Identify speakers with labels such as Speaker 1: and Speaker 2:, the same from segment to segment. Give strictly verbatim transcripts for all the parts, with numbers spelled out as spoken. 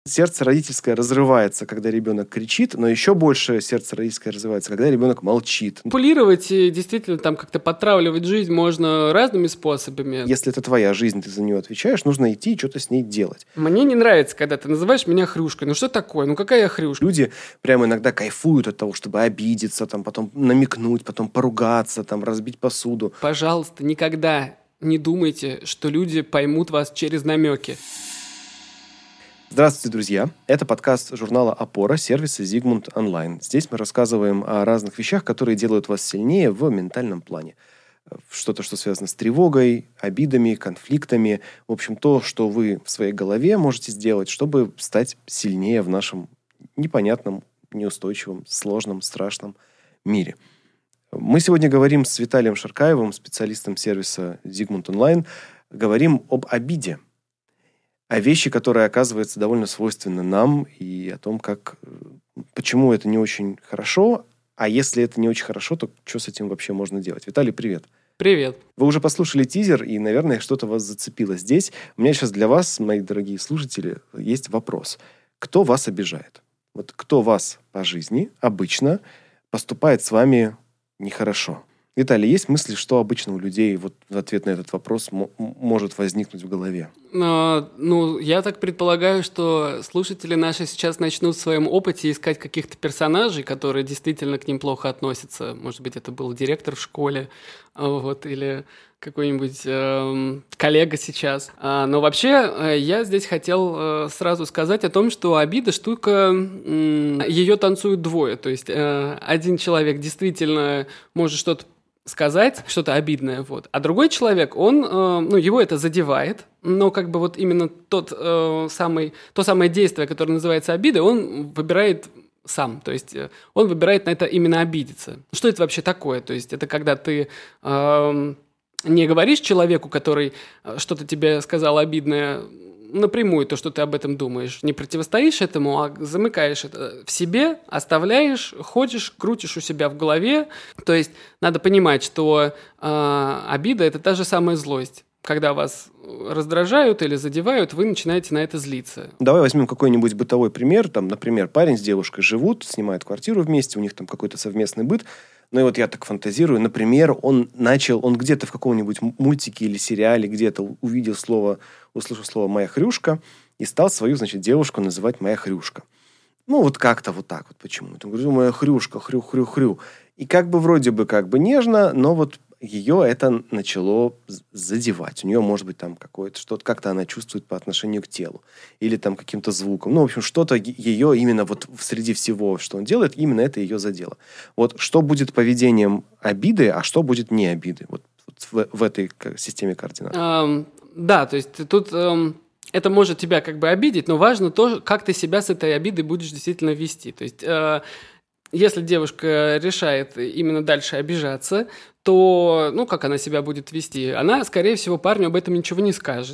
Speaker 1: Сердце родительское разрывается, когда ребенок кричит, но еще больше сердце родительское разрывается, когда ребенок молчит.
Speaker 2: Манипулировать и действительно там как-то подтравливать жизнь можно разными способами.
Speaker 1: Если это твоя жизнь, ты за нее отвечаешь, нужно идти и что-то с ней делать.
Speaker 2: Мне не нравится, когда ты называешь меня хрюшкой. Ну что такое? Ну какая я хрюшка?
Speaker 1: Люди прямо иногда кайфуют от того, чтобы обидеться, там, потом намекнуть, потом поругаться, там, разбить посуду.
Speaker 2: Пожалуйста, никогда не думайте, что люди поймут вас через намеки.
Speaker 1: Здравствуйте, друзья! Это подкаст журнала «Опора» сервиса Zigmund Online. Здесь мы рассказываем о разных вещах, которые делают вас сильнее в ментальном плане. Что-то, что связано с тревогой, обидами, конфликтами. В общем, то, что вы в своей голове можете сделать, чтобы стать сильнее в нашем непонятном, неустойчивом, сложном, страшном мире. Мы сегодня говорим с Виталием Шаркаевым, специалистом сервиса Zigmund Online. Говорим об обиде. О вещи, которые, оказывается, довольно свойственны нам, и о том, как, почему это не очень хорошо, а если это не очень хорошо, то что с этим вообще можно делать? Виталий, привет.
Speaker 2: Привет.
Speaker 1: Вы уже послушали тизер, и, наверное, что-то вас зацепило здесь. У меня сейчас для вас, мои дорогие слушатели, есть вопрос. Кто вас обижает? Вот кто вас по жизни обычно поступает с вами нехорошо? Виталий, есть мысли, что обычно у людей вот в ответ на этот вопрос м- может возникнуть в голове?
Speaker 2: А, ну, я так предполагаю, что слушатели наши сейчас начнут в своем опыте искать каких-то персонажей, которые действительно к ним плохо относятся. Может быть, это был директор в школе, вот, или какой-нибудь э, коллега сейчас. А, но вообще, э, я здесь хотел э, сразу сказать о том, что обида штука, э, ее танцуют двое. То есть э, один человек действительно может что-то сказать, что-то обидное, вот. А другой человек, он, э, ну, его это задевает, но как бы вот именно тот, э, самый, то самое действие, которое называется обидой, он выбирает сам, то есть он выбирает на это именно обидеться. Что это вообще такое? То есть это когда ты э, не говоришь человеку, который что-то тебе сказал обидное, напрямую то, что ты об этом думаешь, не противостоишь этому, а замыкаешь это в себе, оставляешь, ходишь, крутишь у себя в голове. То есть надо понимать, что э, обида – это та же самая злость. Когда вас раздражают или задевают, вы начинаете на это злиться.
Speaker 1: Давай возьмем какой-нибудь бытовой пример. Там, например, парень с девушкой живут, снимают квартиру вместе, у них там какой-то совместный быт. Ну и вот я так фантазирую. Например, он начал, он где-то в каком-нибудь мультике или сериале где-то увидел слово, услышал слово «моя хрюшка» и стал свою, значит, девушку называть «моя хрюшка». Ну вот как-то вот так вот почему-то. Он говорит, моя хрюшка, хрю-хрю-хрю. И как бы вроде бы как бы нежно, но вот ее это начало задевать. У нее, может быть, там какое-то что-то, как-то она чувствует по отношению к телу. Или там каким-то звуком. Ну, в общем, что-то ее именно вот среди всего, что он делает, именно это ее задело. Вот что будет поведением обиды, а что будет не обиды? Вот, вот в, в этой системе координат.
Speaker 2: Um, да, то есть тут... Um... Это может тебя как бы обидеть, но важно то, как ты себя с этой обидой будешь действительно вести. То есть, э, если девушка решает именно дальше обижаться, то, ну, как она себя будет вести? Она, скорее всего, парню об этом ничего не скажет.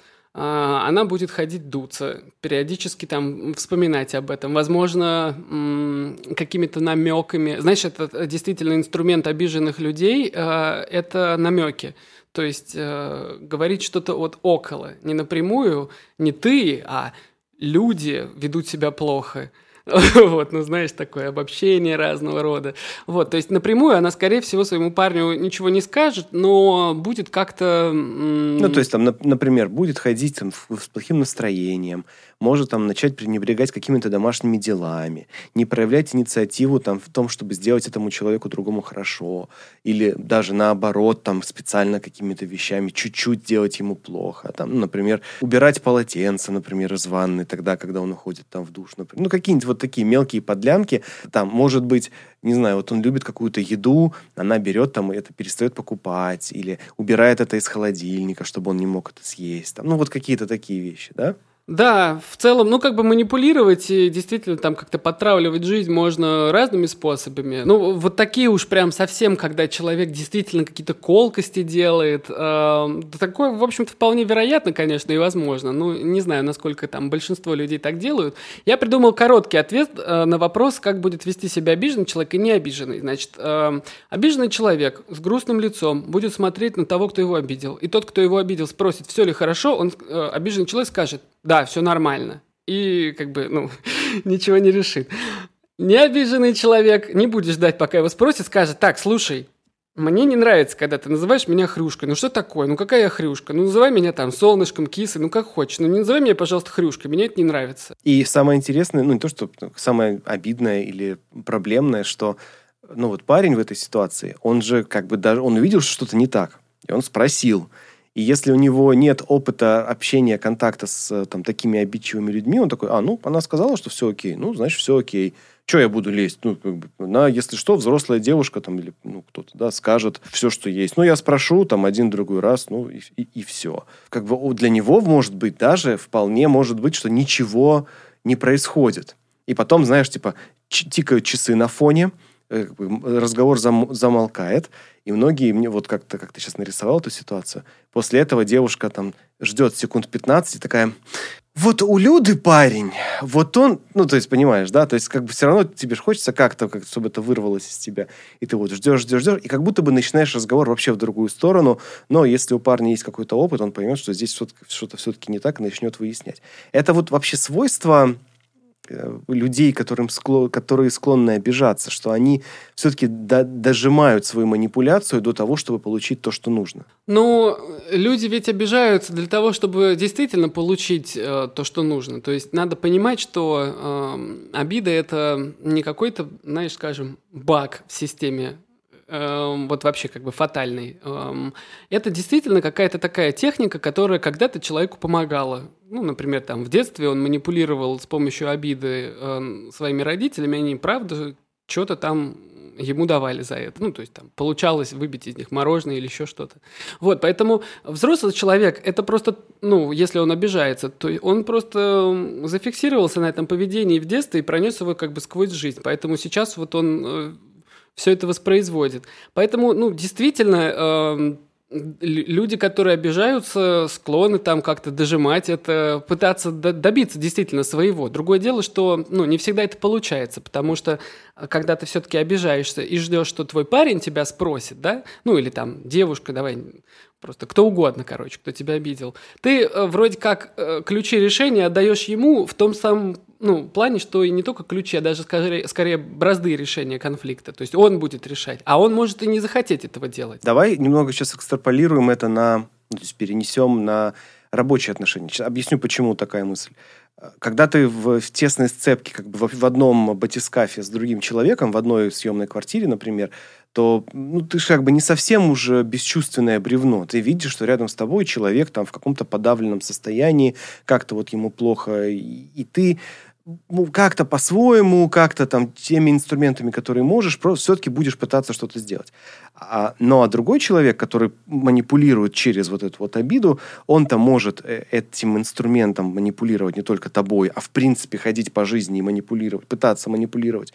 Speaker 2: Э, она будет ходить дуться, периодически там вспоминать об этом. Возможно, м- какими-то намеками. Знаешь, это действительно инструмент обиженных людей, э, это намеки. То есть э, говорить что-то вот около, не напрямую, не ты, а люди ведут себя плохо. Вот, ну, знаешь, такое обобщение разного рода. Вот, то есть напрямую она, скорее всего, своему парню ничего не скажет, но будет как-то... М-
Speaker 1: ну, то есть, там, например, будет ходить там, с плохим настроением, может там начать пренебрегать какими-то домашними делами, не проявлять инициативу там, в том, чтобы сделать этому человеку другому хорошо, или даже наоборот, там, специально какими-то вещами чуть-чуть делать ему плохо. Там, ну, например, убирать полотенце, например, из ванны тогда, когда он уходит там в душ. Например. Ну, какие-нибудь вот такие мелкие подлянки. Там, может быть, не знаю, вот он любит какую-то еду, она берет там и это перестает покупать, или убирает это из холодильника, чтобы он не мог это съесть. Там, ну, вот какие-то такие вещи, да?
Speaker 2: Да, в целом, ну, как бы манипулировать и действительно там как-то подтравливать жизнь можно разными способами. Ну, вот такие уж прям совсем, когда человек действительно какие-то колкости делает, э, такое, в общем-то, вполне вероятно, конечно, и возможно. Ну, не знаю, насколько там большинство людей так делают. Я придумал короткий ответ э, на вопрос, как будет вести себя обиженный человек и не обиженный. Значит, э, обиженный человек с грустным лицом будет смотреть на того, кто его обидел. И тот, кто его обидел, спросит, все ли хорошо, он, э, обиженный человек скажет, да, все нормально. и как бы, ну, ничего не решит. Необиженный человек не будет ждать, пока его спросят, скажет: так, слушай, мне не нравится, когда ты называешь меня хрюшкой. Ну что такое? Ну какая я хрюшка? Ну называй меня там солнышком, кисой, ну как хочешь. Ну не называй меня, пожалуйста, хрюшкой, мне это не нравится.
Speaker 1: И самое интересное, ну не то, что самое обидное или проблемное, что, ну вот парень в этой ситуации, он же как бы даже, он увидел, что что-то не так, и он спросил. И если у него нет опыта общения, контакта с там, такими обидчивыми людьми, он такой: а, ну, она сказала, что все окей, ну, значит, все окей. Че я буду лезть? Ну, как бы, на, если что, взрослая девушка там, или ну, кто-то да, скажет все, что есть. Ну, я спрошу там один-другой раз, ну, и, и, и все. Как бы для него, может быть, даже вполне может быть, что ничего не происходит. И потом, знаешь, типа, ч- тикают часы на фоне, разговор зам, замолкает, и многие, мне вот как-то, как ты сейчас нарисовал эту ситуацию, после этого девушка там ждет секунд пятнадцать и такая: вот у Люды парень, вот он, ну, то есть, понимаешь, да, то есть, как бы все равно тебе же хочется как-то, как, чтобы это вырвалось из тебя, и ты вот ждешь, ждешь, ждешь, и как будто бы начинаешь разговор вообще в другую сторону, но если у парня есть какой-то опыт, он поймет, что здесь что-то, что-то все-таки не так, и начнет выяснять. Это вот вообще свойство людей, которым склон, которые склонны обижаться, что они все-таки до, дожимают свою манипуляцию до того, чтобы получить то, что нужно.
Speaker 2: Ну, люди ведь обижаются для того, чтобы действительно получить э, то, что нужно. То есть надо понимать, что э, обида – это не какой-то, знаешь, скажем, баг в системе, э, вот вообще как бы фатальный. Э, это действительно какая-то такая техника, которая когда-то человеку помогала. Ну, например, там в детстве он манипулировал с помощью обиды э, своими родителями, они, правда, что-то там ему давали за это. Ну, то есть там получалось выбить из них мороженое или еще что-то. Вот, поэтому взрослый человек, это просто, ну, если он обижается, то он просто зафиксировался на этом поведении в детстве и пронес его как бы сквозь жизнь. Поэтому сейчас вот он э, все это воспроизводит. Поэтому, ну, действительно... Э, люди, которые обижаются, склонны там как-то дожимать это, пытаться добиться действительно своего. Другое дело, что ну, не всегда это получается, потому что когда ты все-таки обижаешься и ждешь, что твой парень тебя спросит, да, ну или там девушка, давай просто кто угодно, короче, кто тебя обидел, ты э, вроде как э, ключи решения отдаешь ему в том самом ну, плане, что и не только ключи, а даже скорее, скорее бразды решения конфликта. То есть он будет решать, а он может и не захотеть этого делать.
Speaker 1: Давай немного сейчас экстраполируем это на, то есть перенесем на рабочие отношения. Сейчас объясню, почему такая мысль. Когда ты в, в тесной сцепке, как бы в, в одном батискафе с другим человеком, в одной съемной квартире, например, то ну, ты же как бы не совсем уже бесчувственное бревно. Ты видишь, что рядом с тобой человек там в каком-то подавленном состоянии, как-то вот ему плохо, и, и ты ну, как-то по-своему, как-то там теми инструментами, которые можешь, просто все-таки будешь пытаться что-то сделать. А, ну, а другой человек, который манипулирует через вот эту вот обиду, он-то может этим инструментом манипулировать не только тобой, а в принципе ходить по жизни и манипулировать, пытаться манипулировать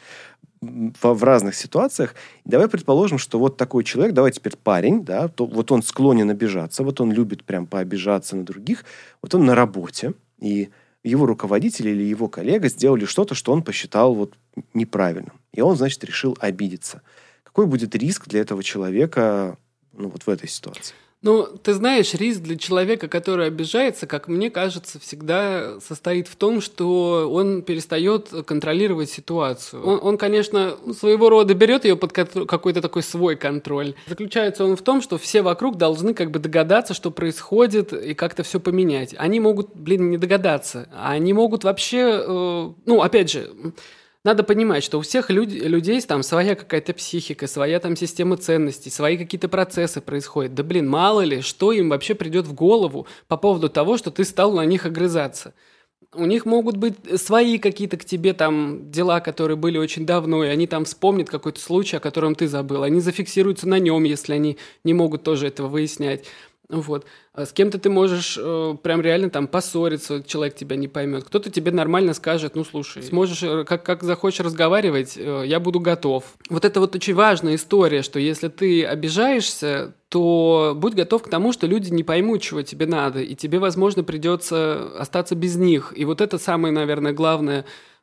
Speaker 1: в, в разных ситуациях. Давай предположим, что вот такой человек, давай теперь парень, да, то вот он склонен обижаться, вот он любит прям пообижаться на других, вот он на работе, и его руководитель или его коллега сделали что-то, что он посчитал вот неправильным. И он, значит, решил обидеться. Какой будет риск для этого человека ну, вот в этой ситуации?
Speaker 2: Ну, ты знаешь, риск для человека, который обижается, как мне кажется, всегда состоит в том, что он перестает контролировать ситуацию. Он, он конечно, своего рода берет ее под какой-то такой свой контроль. Заключается он в том, что все вокруг должны как бы догадаться, что происходит, и как-то все поменять. Они могут, блин, не догадаться. Они могут вообще... Э, ну, опять же... Надо понимать, что у всех люд- людей там своя какая-то психика, своя там система ценностей, свои какие-то процессы происходят. Да блин, мало ли, что им вообще придет в голову по поводу того, что ты стал на них огрызаться. У них могут быть свои какие-то к тебе там дела, которые были очень давно, и они там вспомнят какой-то случай, о котором ты забыл. Они зафиксируются на нем, если они не могут тоже этого выяснять. Вот. С кем-то ты можешь э, прям реально там поссориться, человек тебя не поймет. Кто-то тебе нормально скажет, ну, слушай, сможешь, как, как захочешь разговаривать, э, я буду готов. Вот это вот очень важная история, что если ты обижаешься, то будь готов к тому, что люди не поймут, чего тебе надо, и тебе, возможно, придется остаться без них. И вот это самое, наверное, главное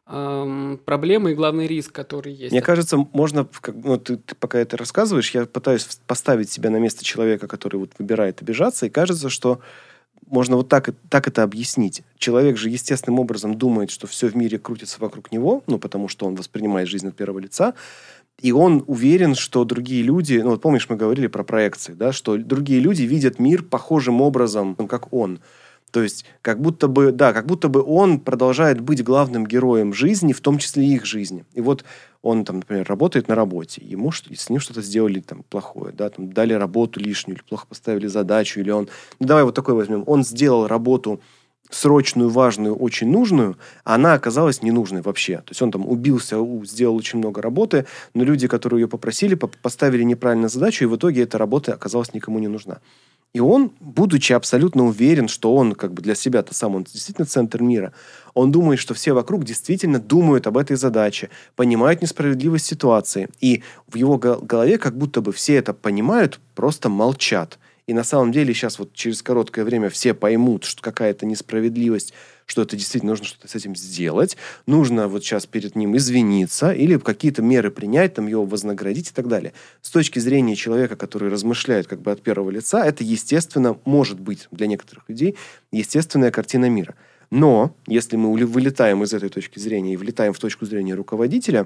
Speaker 2: проблема и главный риск, который есть.
Speaker 1: Мне кажется, можно, ну, ты, ты пока это рассказываешь, я пытаюсь поставить себя на место человека, который вот выбирает обижаться, и кажется, что можно вот так, так это объяснить. Человек же естественным образом думает, что все в мире крутится вокруг него, ну, потому что он воспринимает жизнь от первого лица, и он уверен, что другие люди... Ну, вот помнишь, мы говорили про проекции, да, что другие люди видят мир похожим образом, как он. То есть, как будто бы, да, как будто бы он продолжает быть главным героем жизни, в том числе их жизни. И вот он, там, например, работает на работе, ему, с ним что-то сделали там, плохое, да, там, дали работу лишнюю, или плохо поставили задачу, или он... Ну, давай вот такой возьмем. Он сделал работу срочную, важную, очень нужную, а она оказалась ненужной вообще. То есть он там убился, сделал очень много работы, но люди, которые ее попросили, поставили неправильно задачу, и в итоге эта работа оказалась никому не нужна. И он, будучи абсолютно уверен, что он как бы для себя-то сам, он действительно центр мира, он думает, что все вокруг действительно думают об этой задаче, понимают несправедливость ситуации. И в его голове как будто бы все это понимают, просто молчат. И на самом деле сейчас вот через короткое время все поймут, что какая-то несправедливость, что это действительно нужно что-то с этим сделать, нужно вот сейчас перед ним извиниться или какие-то меры принять, там его вознаградить и так далее. С точки зрения человека, который размышляет как бы от первого лица, это, естественно, может быть для некоторых людей естественная картина мира. Но если мы вылетаем из этой точки зрения и влетаем в точку зрения руководителя,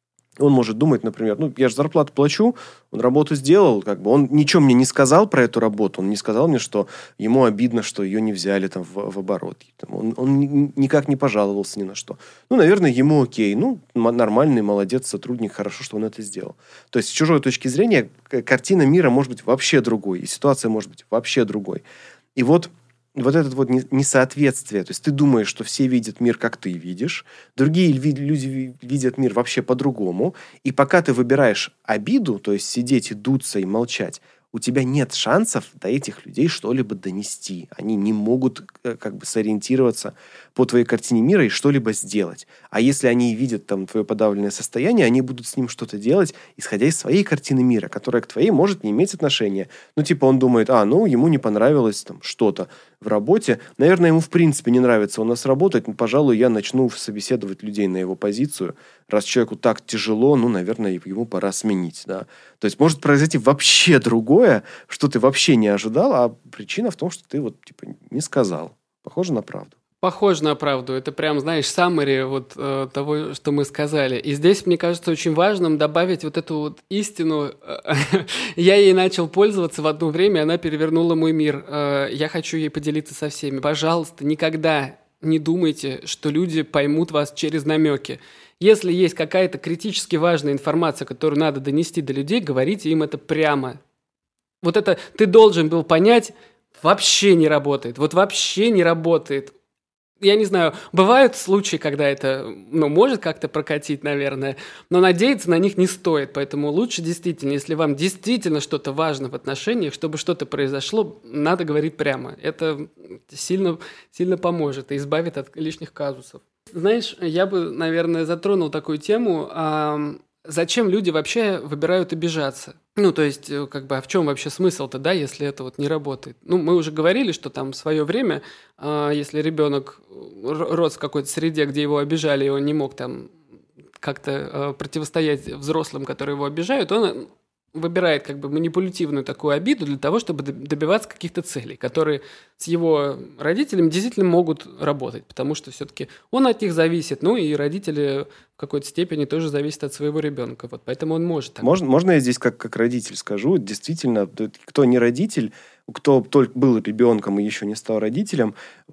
Speaker 1: он может думать, например, ну, я же зарплату плачу, он работу сделал, как бы, он ничего мне не сказал про эту работу, он не сказал мне, что ему обидно, что ее не взяли там в, в оборот. Там, он, он никак не пожаловался ни на что. Ну, наверное, ему окей, ну, нормальный, молодец, сотрудник, хорошо, что он это сделал. То есть, с чужой точки зрения, картина мира может быть вообще другой, и ситуация может быть вообще другой. И вот Вот это вот несоответствие. То есть ты думаешь, что все видят мир, как ты видишь. Другие люди видят мир вообще по-другому. И пока ты выбираешь обиду, то есть сидеть и дуться и молчать, у тебя нет шансов до этих людей что-либо донести. Они не могут как бы сориентироваться по твоей картине мира и что-либо сделать. А если они видят там твое подавленное состояние, они будут с ним что-то делать, исходя из своей картины мира, которая к твоей может не иметь отношения. Ну, типа он думает, а, ну, ему не понравилось там что-то в работе. Наверное, ему в принципе не нравится у нас работать. Ну, пожалуй, я начну собеседовать людей на его позицию. Раз человеку так тяжело, ну, наверное, ему пора сменить, да. То есть может произойти вообще другое, что ты вообще не ожидал, а причина в том, что ты вот, типа, не сказал. Похоже на правду.
Speaker 2: Похоже на правду. Это прям, знаешь, summary вот э, того, что мы сказали. И здесь, мне кажется, очень важным добавить вот эту вот истину. Я ей начал пользоваться в одно время, она перевернула мой мир. Я хочу ей поделиться со всеми. Пожалуйста, никогда не думайте, что люди поймут вас через намеки. Если есть какая-то критически важная информация, которую надо донести до людей, говорите им это прямо. Вот это ты должен был понять, вообще не работает. Вот вообще не работает. Я не знаю, бывают случаи, когда это, ну, может как-то прокатить, наверное, но надеяться на них не стоит, поэтому лучше действительно, если вам действительно что-то важно в отношениях, чтобы что-то произошло, надо говорить прямо. Это сильно, сильно поможет и избавит от лишних казусов. Знаешь, я бы, наверное, затронул такую тему, а зачем люди вообще выбирают обижаться? Ну, то есть, как бы, а в чем вообще смысл-то, да, если это вот не работает? Ну, мы уже говорили, что там в свое время, э, если ребенок рос в какой-то среде, где его обижали, и он не мог там как-то э, противостоять взрослым, которые его обижают, он выбирает как бы манипулятивную такую обиду для того, чтобы добиваться каких-то целей, которые с его родителями действительно могут работать, потому что все-таки он от них зависит, ну и родители в какой-то степени тоже зависят от своего ребенка, вот поэтому он может. Так.
Speaker 1: Можно, можно я здесь как, как родитель скажу? Действительно, кто не родитель, кто только был ребенком и еще не стал родителем,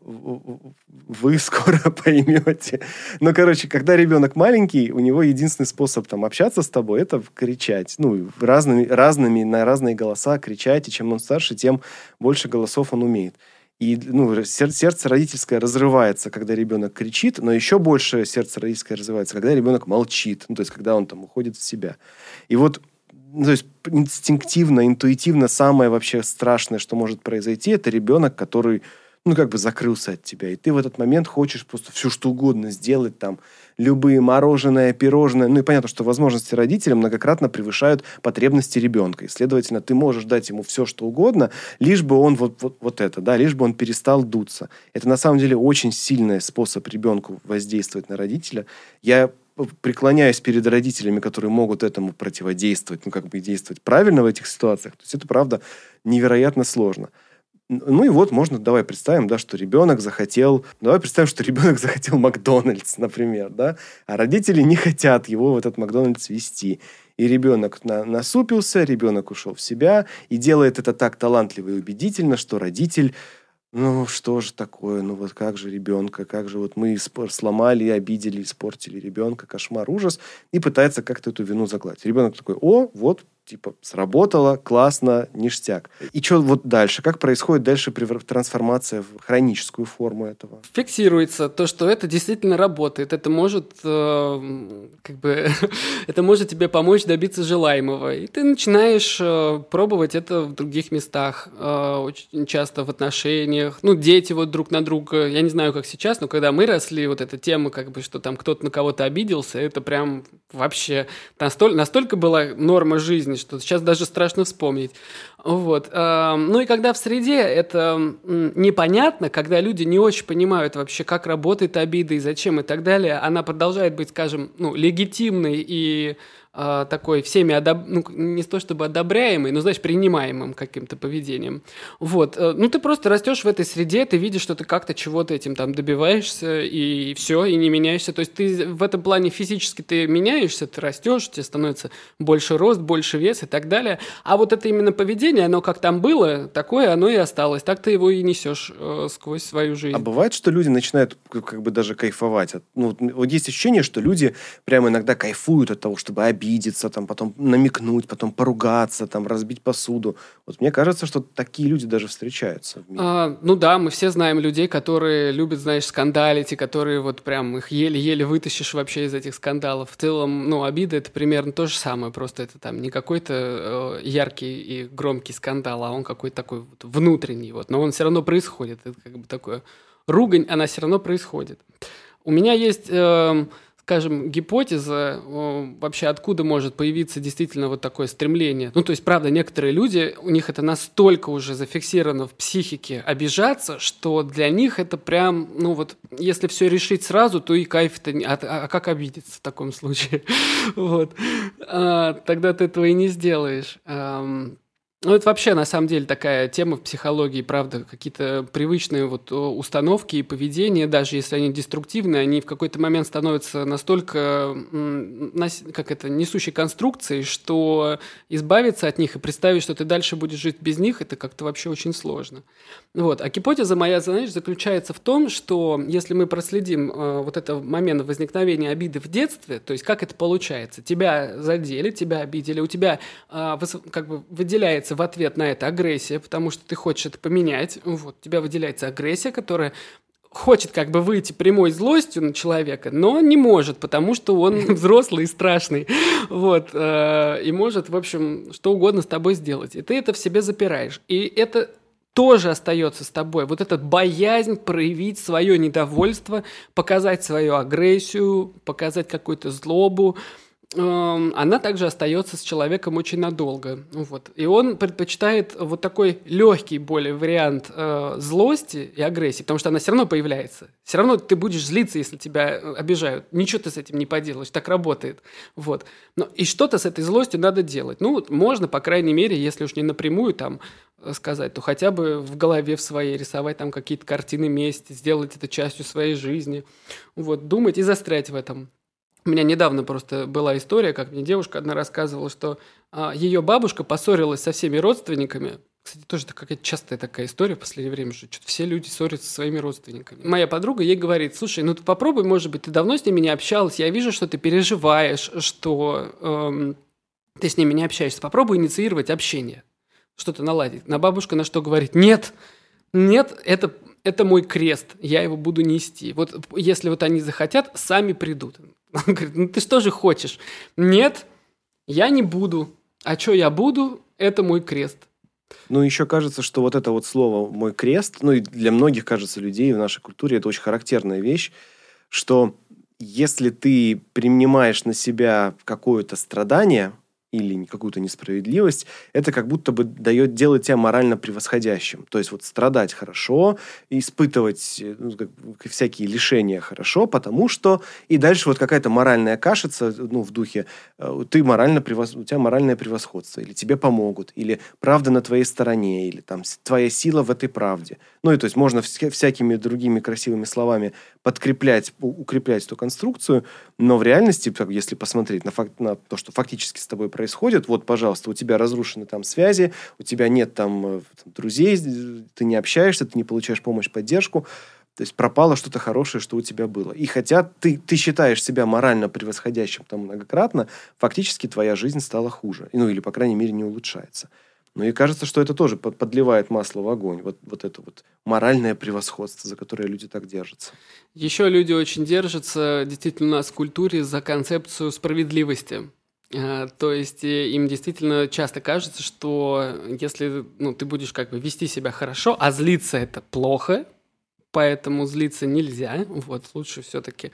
Speaker 1: вы скоро поймете. Ну, короче, когда ребенок маленький, у него единственный способ там общаться с тобой – это кричать. Ну, разными, разными, на разные голоса кричать. И чем он старше, тем больше голосов он умеет. И ну, сердце родительское разрывается, когда ребенок кричит, но еще больше сердце родительское разрывается, когда ребенок молчит. Ну, то есть, когда он там уходит в себя. И вот ну, то есть инстинктивно, интуитивно самое вообще страшное, что может произойти, это ребенок, который, ну, как бы закрылся от тебя. И ты в этот момент хочешь просто все, что угодно сделать, там, любые мороженое, пирожное. Ну, и понятно, что возможности родителя многократно превышают потребности ребенка. И, следовательно, ты можешь дать ему все, что угодно, лишь бы он вот, вот, вот это, да, лишь бы он перестал дуться. Это, на самом деле, очень сильный способ ребенку воздействовать на родителя. Я преклоняюсь перед родителями, которые могут этому противодействовать, ну, как бы действовать правильно в этих ситуациях. То есть это, правда, невероятно сложно. Ну и вот можно, давай представим, да, что ребенок захотел, давай представим, что ребенок захотел Макдональдс, например, да, а родители не хотят его в этот Макдональдс везти. И ребенок на, насупился, ребенок ушел в себя и делает это так талантливо и убедительно, что родитель, ну что же такое, ну вот как же ребенка, как же вот мы сломали, обидели, испортили ребенка, кошмар, ужас, и пытается как-то эту вину загладить. Ребенок такой, о, вот, типа, сработало, классно, ништяк. И что вот дальше? Как происходит дальше трансформация в хроническую форму этого?
Speaker 2: Фиксируется то, что это действительно работает. Это может, э, как бы, это может тебе помочь добиться желаемого. И ты начинаешь э, пробовать это в других местах. Э, очень часто в отношениях. Ну, дети вот друг на друга. Я не знаю, как сейчас, но когда мы росли, вот эта тема, как бы, что там кто-то на кого-то обиделся, это прям вообще настолько, настолько была норма жизни, что сейчас даже страшно вспомнить. Вот. Ну и когда в среде это непонятно, когда люди не очень понимают вообще, как работает обида и зачем и так далее, она продолжает быть, скажем, ну, легитимной и такой всеми, одоб... ну, не то чтобы одобряемый, но, знаешь, принимаемым каким-то поведением. Вот. Ну, ты просто растешь в этой среде, ты видишь, что ты как-то чего-то этим там добиваешься, и все, и не меняешься. То есть ты в этом плане физически ты меняешься, ты растешь, тебе становится больше рост, больше вес и так далее. А вот это именно поведение, оно как там было, такое оно и осталось. Так ты его и несешь э, сквозь свою жизнь.
Speaker 1: А бывает, что люди начинают как бы даже кайфовать. От... Ну, вот есть ощущение, что люди прямо иногда кайфуют от того, чтобы обидеться, обидеться, там, потом намекнуть, потом поругаться, там, разбить посуду. Вот мне кажется, что такие люди даже встречаются в мире.
Speaker 2: А, ну да, мы все знаем людей, которые любят, знаешь, скандалить, и которые вот прям их еле-еле вытащишь вообще из этих скандалов. В целом, ну, обида — это примерно то же самое, просто это там не какой-то э, яркий и громкий скандал, а он какой-то такой вот внутренний, вот. Но он все равно происходит. Это как бы такое ругань, она все равно происходит. У меня есть... Э, скажем, гипотеза вообще, откуда может появиться действительно вот такое стремление. Ну, то есть, правда, некоторые люди, у них это настолько уже зафиксировано в психике обижаться, что для них это прям, ну вот, если все решить сразу, то и кайф-то... А, а как обидеться в таком случае? Вот. А, тогда ты этого и не сделаешь. Ну, это вообще, на самом деле, такая тема в психологии, правда, какие-то привычные вот установки и поведения, даже если они деструктивны, они в какой-то момент становятся настолько, как это, несущей конструкцией, что избавиться от них и представить, что ты дальше будешь жить без них, это как-то вообще очень сложно. Вот. А гипотеза моя, знаешь, заключается в том, что если мы проследим э, вот этот момент возникновения обиды в детстве, то есть как это получается? Тебя задели, тебя обидели, у тебя э, как бы выделяется в ответ на это агрессия, потому что ты хочешь это поменять. Вот, у тебя выделяется агрессия, которая хочет как бы выйти прямой злостью на человека, но не может, потому что он взрослый и страшный. Вот, э, и может, в общем, что угодно с тобой сделать. И ты это в себе запираешь. И это тоже остается с тобой. Вот эта боязнь проявить свое недовольство, показать свою агрессию, показать какую-то злобу, она также остается с человеком очень надолго. Вот. И он предпочитает вот такой легкий более вариант э, злости и агрессии, потому что она все равно появляется. Все равно ты будешь злиться, если тебя обижают. Ничего ты с этим не поделаешь, так работает. Вот. Но и что-то с этой злостью надо делать. Ну, вот можно, по крайней мере, если уж не напрямую там сказать, то хотя бы в голове в своей рисовать там какие-то картины мести, сделать это частью своей жизни. Вот. Думать и застрять в этом. У меня недавно просто была история, как мне девушка одна рассказывала, что а, ее бабушка поссорилась со всеми родственниками. Кстати, тоже какая-то частая такая история в последнее время, что что-то все люди ссорятся со своими родственниками. Моя подруга ей говорит: слушай, ну ты попробуй, может быть, ты давно с ними не общалась, я вижу, что ты переживаешь, что эм, ты с ними не общаешься, попробуй инициировать общение, что-то наладить. На бабушка на что говорит: нет, нет, это... Это мой крест, я его буду нести. Вот если вот они захотят, сами придут. Он говорит: ну ты что же хочешь? Нет, я не буду. А что я буду, это мой крест.
Speaker 1: Ну, еще кажется, что вот это вот слово «мой крест», ну, и для многих, кажется, людей в нашей культуре это очень характерная вещь, что если ты принимаешь на себя какое-то страдание, или какую-то несправедливость, это как будто бы дает, делает тебя морально превосходящим. То есть вот страдать хорошо, испытывать ну, как, всякие лишения хорошо, потому что и дальше вот какая-то моральная кашица, ну, в духе, ты морально превос... у тебя моральное превосходство, или тебе помогут, или правда на твоей стороне, или там твоя сила в этой правде. Ну, и то есть можно вся... всякими другими красивыми словами подкреплять, укреплять эту конструкцию, но в реальности, если посмотреть на, факт... на то, что фактически с тобой происходит, вот, пожалуйста, у тебя разрушены там связи, у тебя нет там друзей, ты не общаешься, ты не получаешь помощь, поддержку, то есть пропало что-то хорошее, что у тебя было. И хотя ты, ты считаешь себя морально превосходящим там многократно, фактически твоя жизнь стала хуже. Ну, или, по крайней мере, не улучшается. Ну, и кажется, что это тоже подливает масло в огонь. Вот, вот это вот моральное превосходство, за которое люди так держатся.
Speaker 2: Еще люди очень держатся, действительно, у нас в культуре за концепцию справедливости. То есть им действительно часто кажется, что если ну, ты будешь как бы вести себя хорошо, а злиться это плохо, поэтому злиться нельзя. Вот, лучше все-таки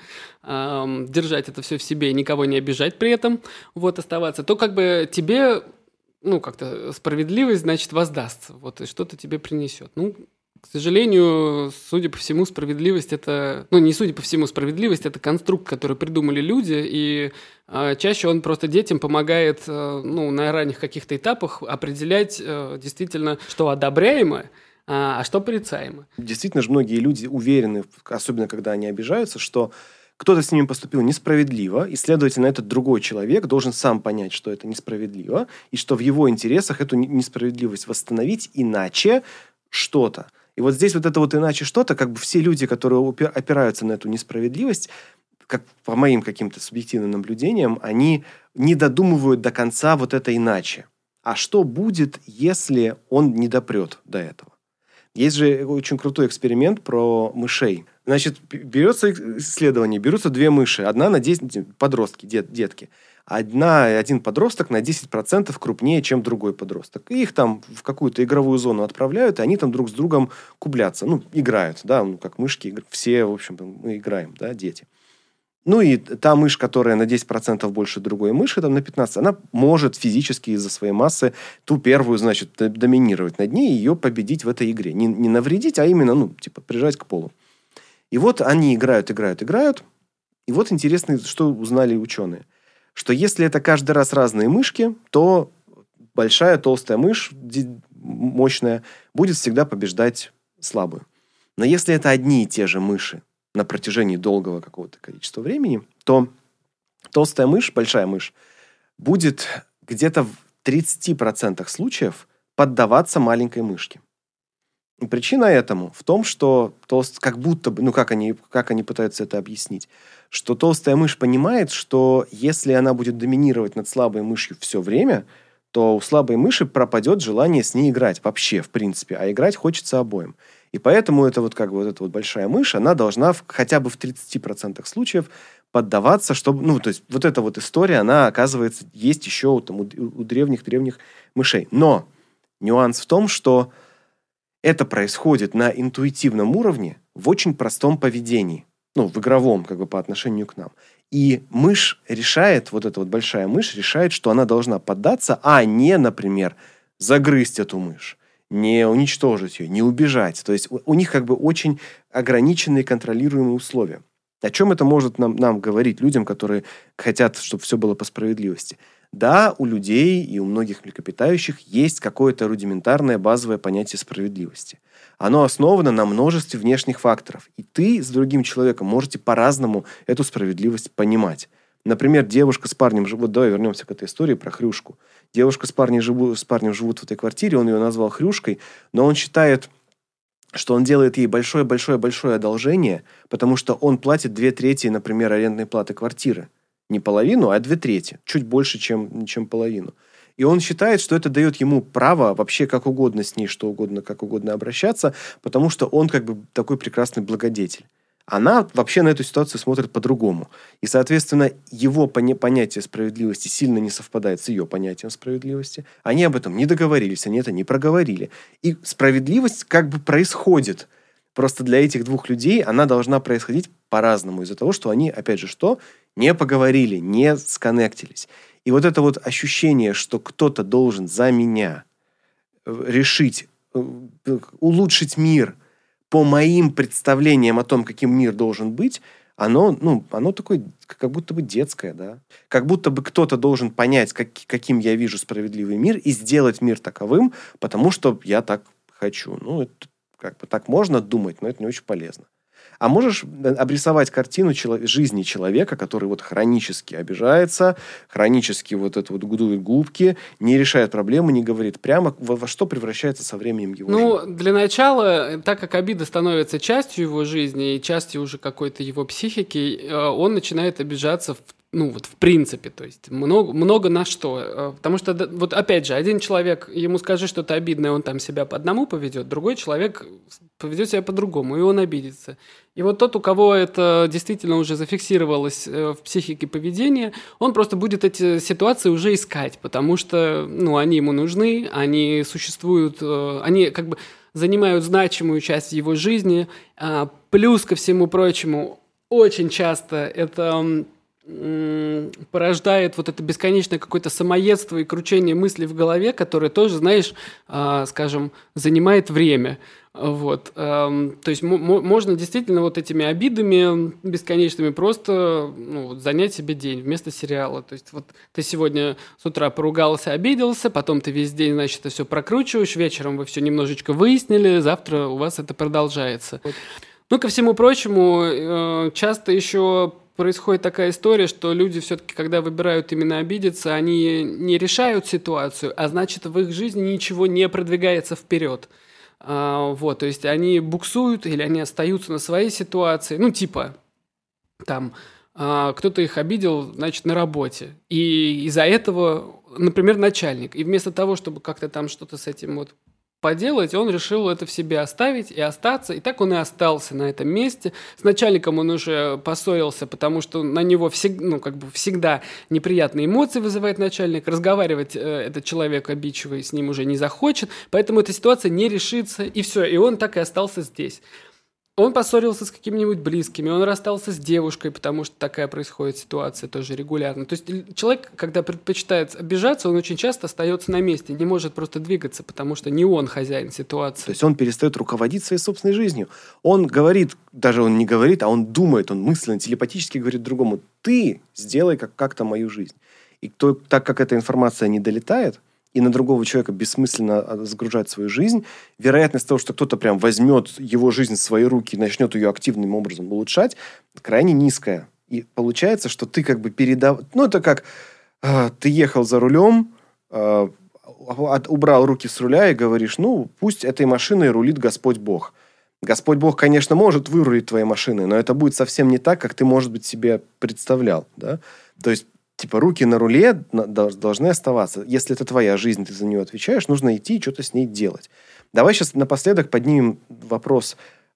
Speaker 2: э, держать это все в себе и никого не обижать при этом, вот, оставаться, то как бы тебе, ну, как-то справедливость, значит, воздастся, вот, и что-то тебе принесет. Ну, к сожалению, судя по всему, справедливость это... Ну, не судя по всему, справедливость это конструкт, который придумали люди, и э, чаще он просто детям помогает, э, ну, на ранних каких-то этапах определять э, действительно, что одобряемо, а что порицаемо.
Speaker 1: Действительно же многие люди уверены, особенно когда они обижаются, что кто-то с ними поступил несправедливо, и, следовательно, этот другой человек должен сам понять, что это несправедливо, и что в его интересах эту несправедливость восстановить, иначе что-то. И вот здесь вот это вот иначе что-то, как бы все люди, которые опираются на эту несправедливость, как по моим каким-то субъективным наблюдениям, они не додумывают до конца вот это иначе. А что будет, если он не допрет до этого? Есть же очень крутой эксперимент про мышей. Значит, берется исследование, берутся две мыши. Одна на десять... Подростки, дет, детки. Одна, один подросток на десять процентов крупнее, чем другой подросток. И их там в какую-то игровую зону отправляют, и они там друг с другом кублятся. Ну, играют, да, ну, как мышки. Все, в общем, мы играем, да, дети. Ну, и та мышь, которая на десять процентов больше другой мыши, там на пятнадцать процентов, она может физически из-за своей массы ту первую, значит, доминировать над ней и ее победить в этой игре. Не, не навредить, а именно, ну, типа, прижать к полу. И вот они играют, играют, играют. И вот интересно, что узнали ученые. Что если это каждый раз разные мышки, то большая толстая мышь, мощная, будет всегда побеждать слабую. Но если это одни и те же мыши, на протяжении долгого какого-то количества времени, то толстая мышь, большая мышь, будет где-то в тридцати процентах случаев поддаваться маленькой мышке. И причина этому в том, что толст... как будто бы, ну как они, как они пытаются это объяснить, что толстая мышь понимает, что если она будет доминировать над слабой мышью все время, то у слабой мыши пропадет желание с ней играть вообще, в принципе, а играть хочется обоим. И поэтому это вот как бы вот эта вот большая мышь, она должна в, хотя бы в тридцати процентах случаев поддаваться, чтобы, ну, то есть вот эта вот история, она, оказывается, есть еще там, у, у древних-древних мышей. Но нюанс в том, что это происходит на интуитивном уровне в очень простом поведении, ну, в игровом, как бы, по отношению к нам. И мышь решает, вот эта вот большая мышь решает, что она должна поддаться, а не, например, загрызть эту мышь, не уничтожить ее, не убежать. То есть у, у них как бы очень ограниченные контролируемые условия. О чем это может нам, нам говорить, людям, которые хотят, чтобы все было по справедливости? Да, у людей и у многих млекопитающих есть какое-то рудиментарное базовое понятие справедливости. Оно основано на множестве внешних факторов. И ты с другим человеком можете по-разному эту справедливость понимать. Например, девушка с парнем живут... Давай вернемся к этой истории про Хрюшку. Девушка с парнем, живу, с парнем живут в этой квартире, он ее назвал Хрюшкой, но он считает, что он делает ей большое-большое-большое одолжение, потому что он платит две трети, например, арендной платы квартиры. Не половину, а две трети. Чуть больше, чем, чем половину. И он считает, что это дает ему право вообще как угодно с ней, что угодно, как угодно обращаться, потому что он как бы такой прекрасный благодетель. Она вообще на эту ситуацию смотрит по-другому. И, соответственно, его понятие справедливости сильно не совпадает с ее понятием справедливости. Они об этом не договорились, они это не проговорили. И справедливость как бы происходит Просто для этих двух людей она должна происходить по-разному из-за того, что они, опять же, что? Не поговорили, не сконнектились. И вот это вот ощущение, что кто-то должен за меня решить, улучшить мир по моим представлениям о том, каким мир должен быть, оно, ну, оно такое, как будто бы детское, да. Как будто бы кто-то должен понять, как, каким я вижу справедливый мир, и сделать мир таковым, потому что я так хочу. Ну, это как бы так можно думать, но это не очень полезно. А можешь обрисовать картину чело- жизни человека, который вот хронически обижается, хронически вот это вот гудует губки, не решает проблемы, не говорит прямо, во, во что превращается со временем его
Speaker 2: Ну,
Speaker 1: жизнь?
Speaker 2: для начала, так как обида становится частью его жизни и частью уже какой-то его психики, он начинает обижаться в ну, вот в принципе, то есть много, много на что. Потому что, вот опять же, один человек, ему скажи что-то обидное, он там себя по одному поведет, другой человек поведет себя по-другому, и он обидится. И вот тот, у кого это действительно уже зафиксировалось в психике поведения, он просто будет эти ситуации уже искать, потому что, ну, они ему нужны, они существуют, они как бы занимают значимую часть его жизни. Плюс ко всему прочему, очень часто это порождает вот это бесконечное какое-то самоедство и кручение мыслей в голове, которое тоже, знаешь, э, скажем, занимает время. Вот. Э, то есть м- можно действительно вот этими обидами бесконечными просто ну, занять себе день вместо сериала. То есть вот ты сегодня с утра поругался, обиделся, потом ты весь день, значит, это все прокручиваешь, вечером вы все немножечко выяснили, завтра у вас это продолжается. Вот. Ну, ко всему прочему, э, часто еще происходит такая история, что люди все-таки, когда выбирают именно обидеться, они не решают ситуацию, а значит, в их жизни ничего не продвигается вперед. А, вот, то есть они буксуют или они остаются на своей ситуации. Ну, типа, там, а, кто-то их обидел, значит, на работе. И из-за этого, например, начальник. И вместо того, чтобы как-то там что-то с этим вот поделать, он решил это в себе оставить и остаться. И так он и остался на этом месте. С начальником он уже поссорился, потому что на него всег, ну, как бы всегда неприятные эмоции вызывает начальник. Разговаривать э, этот человек обидчивый с ним уже не захочет. Поэтому эта ситуация не решится. И все. И он так и остался здесь. Он поссорился с какими-нибудь близкими, он расстался с девушкой, потому что такая происходит ситуация тоже регулярно. То есть человек, когда предпочитает обижаться, он очень часто остается на месте, не может просто двигаться, потому что не он хозяин ситуации.
Speaker 1: То есть он перестает руководить своей собственной жизнью. Он говорит, даже он не говорит, а он думает, он мысленно, телепатически говорит другому: ты сделай как- как-то мою жизнь. И то, так как эта информация не долетает, и на другого человека бессмысленно загружать свою жизнь, вероятность того, что кто-то прям возьмет его жизнь в свои руки и начнет ее активным образом улучшать, крайне низкая. И получается, что ты как бы передав... Ну, это как э, ты ехал за рулем, э, от, убрал руки с руля и говоришь: ну, пусть этой машиной рулит Господь Бог. Господь Бог, конечно, может вырулить твоей машиной, но это будет совсем не так, как ты, может быть, себе представлял. Да? То есть типа руки на руле должны оставаться. Если это твоя жизнь, ты за нее отвечаешь, нужно идти и что-то с ней делать. Давай сейчас напоследок поднимем вопрос,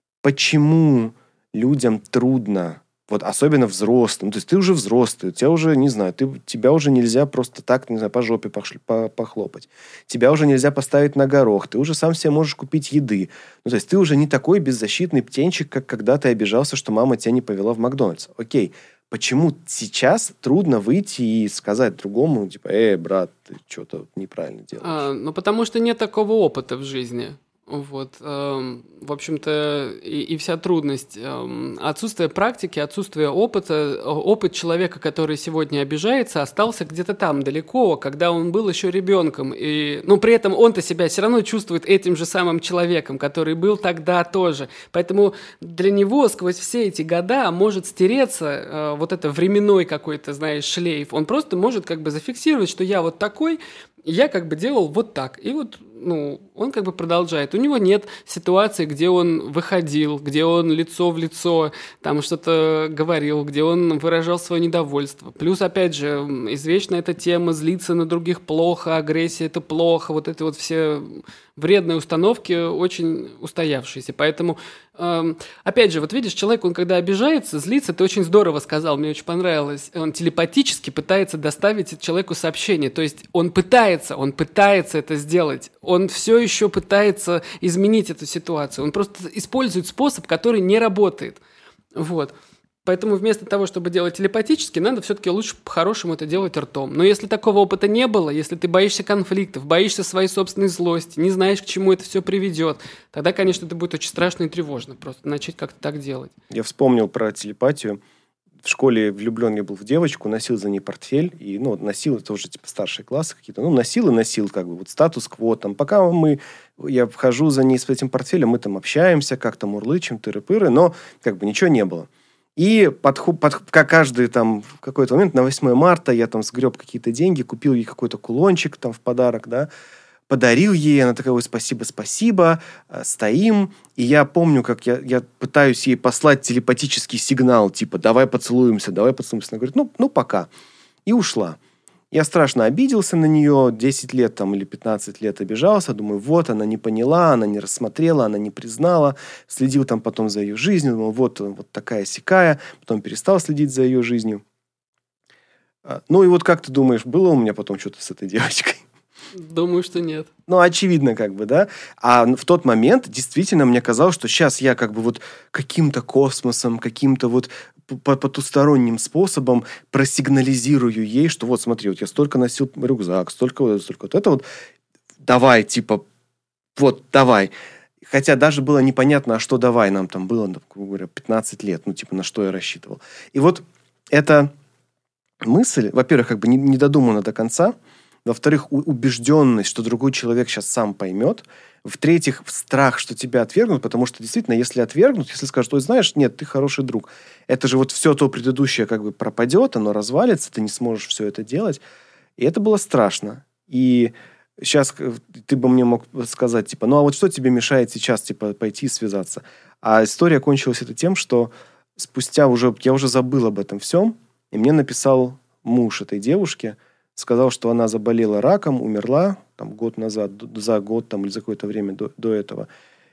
Speaker 1: почему людям трудно, вот особенно взрослым, то есть ты уже взрослый, у тебя уже, не знаю, ты, тебя уже нельзя просто так, не знаю, по жопе пошли, по, похлопать. Тебя уже нельзя поставить на горох, ты уже сам себе можешь купить еды. Ну, то есть ты уже не такой беззащитный птенчик, как когда ты обижался, что мама тебя не повела в Макдональдс. Окей. Почему сейчас трудно выйти и сказать другому, типа: «Эй, брат, ты что-то неправильно делаешь»?
Speaker 2: А, ну, потому что нет такого опыта в жизни. Вот, э, в общем-то, и, и вся трудность. Э, отсутствие практики, отсутствие опыта. Опыт человека, который сегодня обижается, остался где-то там, далеко, когда он был еще ребенком. И, ну, при этом он-то себя все равно чувствует этим же самым человеком, который был тогда тоже. Поэтому для него сквозь все эти года может стереться э, вот это временной какой-то, знаешь, шлейф. Он просто может как бы зафиксировать, что я вот такой, я как бы делал вот так. И вот, ну, он как бы продолжает. У него нет ситуации, где он выходил, где он лицо в лицо там что-то говорил, где он выражал свое недовольство. Плюс, опять же, извечна эта тема: злиться на других плохо, агрессия – это плохо. Вот это вот все вредные установки очень устоявшиеся. Поэтому Эм, опять же, вот видишь, человек, он когда обижается, злится, ты очень здорово сказал, мне очень понравилось. Он телепатически пытается доставить человеку сообщение. То есть он пытается, он пытается это сделать. Он все еще пытается изменить эту ситуацию. Он просто использует способ, который не работает. Вот. Поэтому вместо того, чтобы делать телепатически, надо все-таки лучше по-хорошему это делать ртом. Но если такого опыта не было, если ты боишься конфликтов, боишься своей собственной злости, не знаешь, к чему это все приведет, тогда, конечно, это будет очень страшно и тревожно просто начать как-то так делать.
Speaker 1: Я вспомнил про телепатию. В школе влюблен я был в девочку, носил за ней портфель, и, ну, носил, это уже, типа, старшие классы какие-то, ну, носил и носил, как бы, вот, статус-кво, там, пока мы, я вхожу за ней с этим портфелем, мы там общаемся, как-то мурлычем, тыры-пыры, но, как бы, ничего не было. И под, под, как каждый там в какой-то момент на восьмое марта я там сгреб какие-то деньги, купил ей какой-то кулончик там в подарок, да, подарил ей, она такая: ой, спасибо, спасибо, стоим. И я помню, как я, я пытаюсь ей послать телепатический сигнал, типа, давай поцелуемся, давай поцелуемся. Она говорит, ну, ну пока. И ушла. Я страшно обиделся на нее, десять лет там или пятнадцать лет обижался, думаю, вот, она не поняла, она не рассмотрела, она не признала, следил там потом за ее жизнью, думал, вот, вот такая-сякая, потом перестал следить за ее жизнью. Ну и вот как ты думаешь, было у меня потом что-то с этой девочкой?
Speaker 2: Думаю, что нет.
Speaker 1: Ну, очевидно, как бы, да. А в тот момент действительно мне казалось, что сейчас я как бы вот каким-то космосом, каким-то вот потусторонним способом просигнализирую ей, что вот смотри, вот я столько носил рюкзак, столько вот, столько вот это вот, давай, типа, вот, давай. Хотя даже было непонятно, а что давай, нам там было, грубо говоря, пятнадцать лет, ну, типа, на что я рассчитывал. И вот эта мысль, во-первых, как бы не, не додумана до конца, во-вторых, убежденность, что другой человек сейчас сам поймет. В-третьих, страх, что тебя отвергнут, потому что действительно, если отвергнут, если скажут, ой, знаешь, нет, ты хороший друг, это же вот все то предыдущее как бы пропадет, оно развалится, ты не сможешь все это делать. И это было страшно. И сейчас ты бы мне мог сказать, типа, ну а вот что тебе мешает сейчас, типа, пойти и связаться? А история кончилась это тем, что спустя уже, я уже забыл об этом всем, и мне написал муж этой девушки, сказал, что она заболела раком, умерла там год назад, за год там, или за какое-то время до, до этого.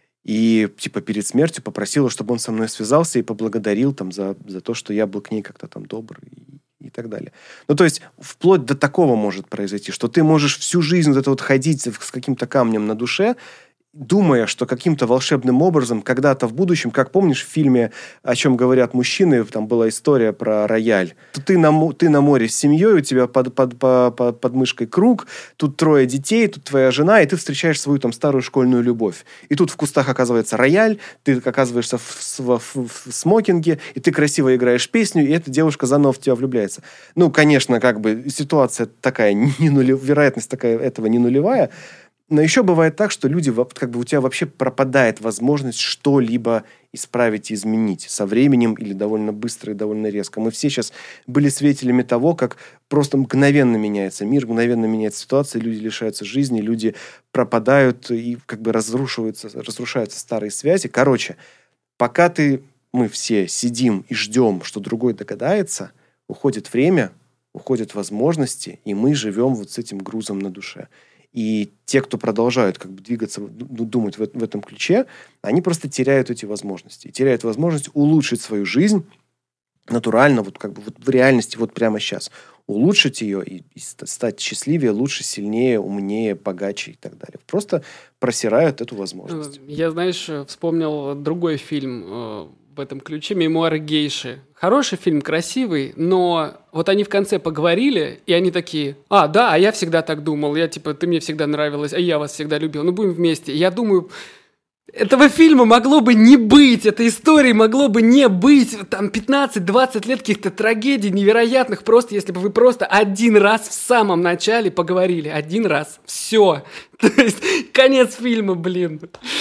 Speaker 1: И типа перед смертью попросила, чтобы он со мной связался и поблагодарил там, за, за то, что я был к ней как-то там добр и, и так далее. Ну, то есть, вплоть до такого может произойти, что ты можешь всю жизнь вот это вот ходить с каким-то камнем на душе, думая, что каким-то волшебным образом когда-то в будущем, как помнишь в фильме «О чем говорят мужчины», там была история про рояль. Ты на, ты на море с семьей, у тебя под, под, под, под мышкой круг, тут трое детей, тут твоя жена, и ты встречаешь свою там старую школьную любовь. И тут в кустах оказывается рояль, ты оказываешься в, в, в, в смокинге, и ты красиво играешь песню, и эта девушка заново в тебя влюбляется. Ну, конечно, как бы ситуация такая, не нулев, вероятность такая этого не нулевая. Но еще бывает так, что люди, как бы у тебя вообще пропадает возможность что-либо исправить и изменить со временем или довольно быстро и довольно резко. Мы все сейчас были свидетелями того, как просто мгновенно меняется мир, мгновенно меняется ситуация, люди лишаются жизни, люди пропадают и как бы разрушаются, разрушаются старые связи. Короче, пока ты, мы все сидим и ждем, что другой догадается, уходит время, уходят возможности, и мы живем вот с этим грузом на душе. И те, кто продолжают как бы двигаться, думать в, в этом ключе, они просто теряют эти возможности. Теряют возможность улучшить свою жизнь натурально, вот как бы вот в реальности, вот прямо сейчас. Улучшить ее и, и стать счастливее, лучше, сильнее, умнее, богаче и так далее. Просто просирают эту возможность.
Speaker 2: Я, знаешь, вспомнил другой фильм в этом ключе, «Мемуары гейши». Хороший фильм, красивый, но вот они в конце поговорили, и они такие, а, да, а я всегда так думал, я типа, ты мне всегда нравилась, а я вас всегда любил, ну будем вместе. И я думаю, этого фильма могло бы не быть, этой истории могло бы не быть, там пятнадцать-двадцать лет каких-то трагедий невероятных, просто если бы вы просто один раз в самом начале поговорили, один раз, все. То есть конец фильма, блин.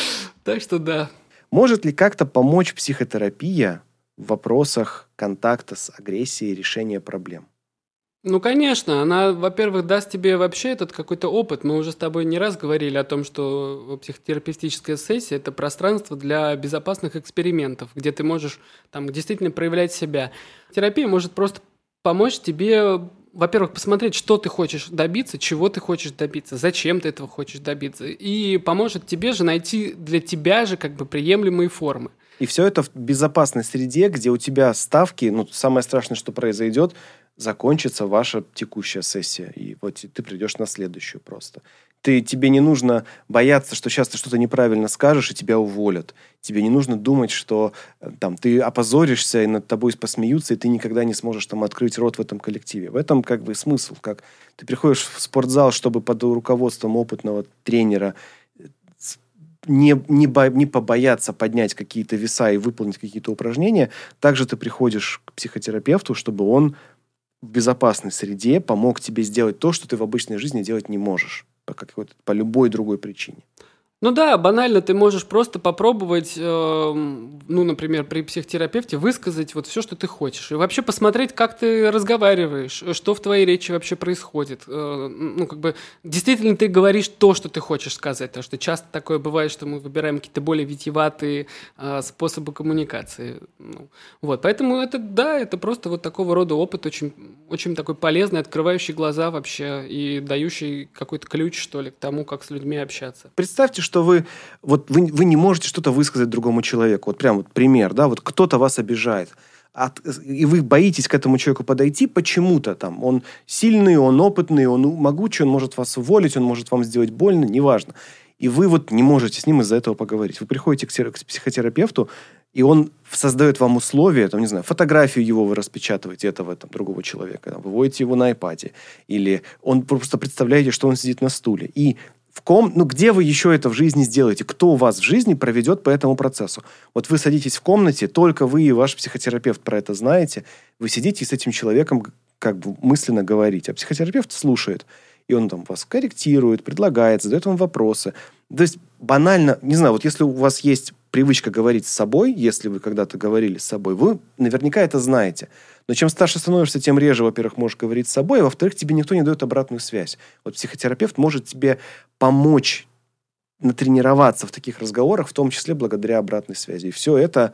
Speaker 2: Так что да.
Speaker 1: Может ли как-то помочь психотерапия в вопросах контакта с агрессией и решения проблем?
Speaker 2: Ну, конечно, она, во-первых, даст тебе вообще этот какой-то опыт. Мы уже с тобой не раз говорили о том, что психотерапевтическая сессия – это пространство для безопасных экспериментов, где ты можешь там действительно проявлять себя. Терапия может просто помочь тебе, во-первых, посмотреть, что ты хочешь добиться, чего ты хочешь добиться, зачем ты этого хочешь добиться, и поможет тебе же найти для тебя же как бы приемлемые формы.
Speaker 1: И все это в безопасной среде, где у тебя ставки, ну, самое страшное, что произойдет, закончится ваша текущая сессия. И вот ты придешь на следующую просто. Ты, тебе не нужно бояться, что сейчас ты что-то неправильно скажешь, и тебя уволят. Тебе не нужно думать, что там, ты опозоришься, и над тобой посмеются, и ты никогда не сможешь там, открыть рот в этом коллективе. В этом как бы смысл. Как ты приходишь в спортзал, чтобы под руководством опытного тренера не, не, бо, не побояться поднять какие-то веса и выполнить какие-то упражнения. Также ты приходишь к психотерапевту, чтобы он в безопасной среде помог тебе сделать то, что ты в обычной жизни делать не можешь. По, какой-то, по любой другой причине.
Speaker 2: Ну да, банально, ты можешь просто попробовать, э, ну, например, при психотерапевте высказать вот все, что ты хочешь. И вообще посмотреть, как ты разговариваешь, что в твоей речи вообще происходит. Э, ну, как бы, действительно ты говоришь то, что ты хочешь сказать. Потому что часто такое бывает, что мы выбираем какие-то более витиеватые э, способы коммуникации. Ну, вот, поэтому это, да, это просто вот такого рода опыт, очень, очень такой полезный, открывающий глаза вообще и дающий какой-то ключ, что ли, к тому, как с людьми общаться.
Speaker 1: Представьте, что вы, вот вы, вы не можете что-то высказать другому человеку. Вот прям вот пример, да, вот кто-то вас обижает. От, и вы боитесь к этому человеку подойти почему-то там. Он сильный, он опытный, он могучий, он может вас уволить, он может вам сделать больно, неважно. И вы вот не можете с ним из-за этого поговорить. Вы приходите к, к психотерапевту, и он создает вам условия, там, не знаю, фотографию его вы распечатываете, этого там, другого человека, там, выводите его на iPad, или он просто представляете, что он сидит на стуле. И в ком, ну, где вы еще это в жизни сделаете? Кто у вас в жизни проведет по этому процессу? Вот вы садитесь в комнате, только вы и ваш психотерапевт про это знаете. Вы сидите и с этим человеком как бы мысленно говорите. А психотерапевт слушает. И он там вас корректирует, предлагает, задает вам вопросы. То есть банально, не знаю, вот если у вас есть привычка говорить с собой, если вы когда-то говорили с собой, вы наверняка это знаете. Но чем старше становишься, тем реже, во-первых, можешь говорить с собой, а во-вторых, тебе никто не дает обратную связь. Вот психотерапевт может тебе помочь натренироваться в таких разговорах, в том числе благодаря обратной связи. И все это...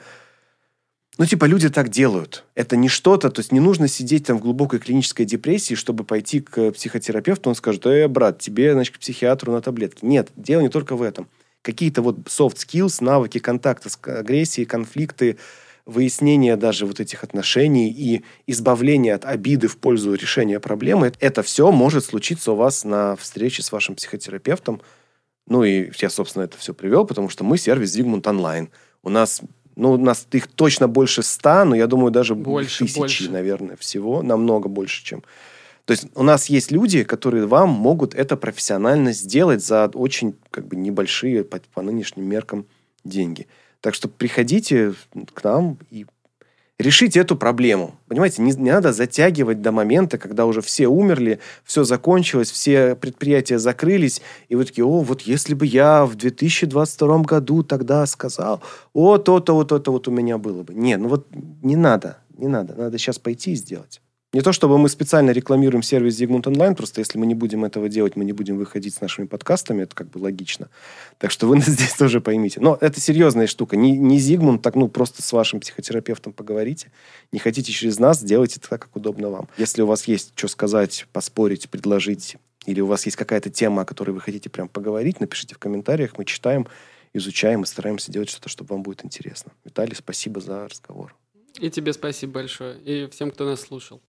Speaker 1: Ну, типа, люди так делают. Это не что-то... То есть не нужно сидеть там в глубокой клинической депрессии, чтобы пойти к психотерапевту, он скажет: «Э, брат, тебе, значит, к психиатру на таблетки». Нет, дело не только в этом. Какие-то вот soft skills, навыки контакта с агрессией, конфликты, выяснение даже вот этих отношений и избавление от обиды в пользу решения проблемы, это все может случиться у вас на встрече с вашим психотерапевтом. Ну и я, собственно, это все привел, потому что мы сервис Zigmund Online. У нас, ну, у нас их точно больше ста, но я думаю, даже больше, тысячи, больше. Наверное, всего. Намного больше, чем... То есть у нас есть люди, которые вам могут это профессионально сделать за очень как бы небольшие по, по нынешним меркам деньги. Так что приходите к нам и решите эту проблему. Понимаете, не, не надо затягивать до момента, когда уже все умерли, все закончилось, все предприятия закрылись, и вы такие: о, вот если бы я в две тысячи двадцать втором году тогда сказал, о, то-то, вот это вот у меня было бы. Нет, ну вот не надо, не надо. Надо сейчас пойти и сделать. Не то, чтобы мы специально рекламируем сервис Zigmund Online, просто если мы не будем этого делать, мы не будем выходить с нашими подкастами, это как бы логично. Так что вы нас здесь тоже поймите. Но это серьезная штука. Не, не Zigmund, так ну просто с вашим психотерапевтом поговорите. Не хотите через нас, делайте это так, как удобно вам. Если у вас есть что сказать, поспорить, предложить, или у вас есть какая-то тема, о которой вы хотите прям поговорить, напишите в комментариях, мы читаем, изучаем и стараемся делать что-то, что вам будет интересно. Виталий, спасибо за разговор.
Speaker 2: И тебе спасибо большое. И всем, кто нас слушал.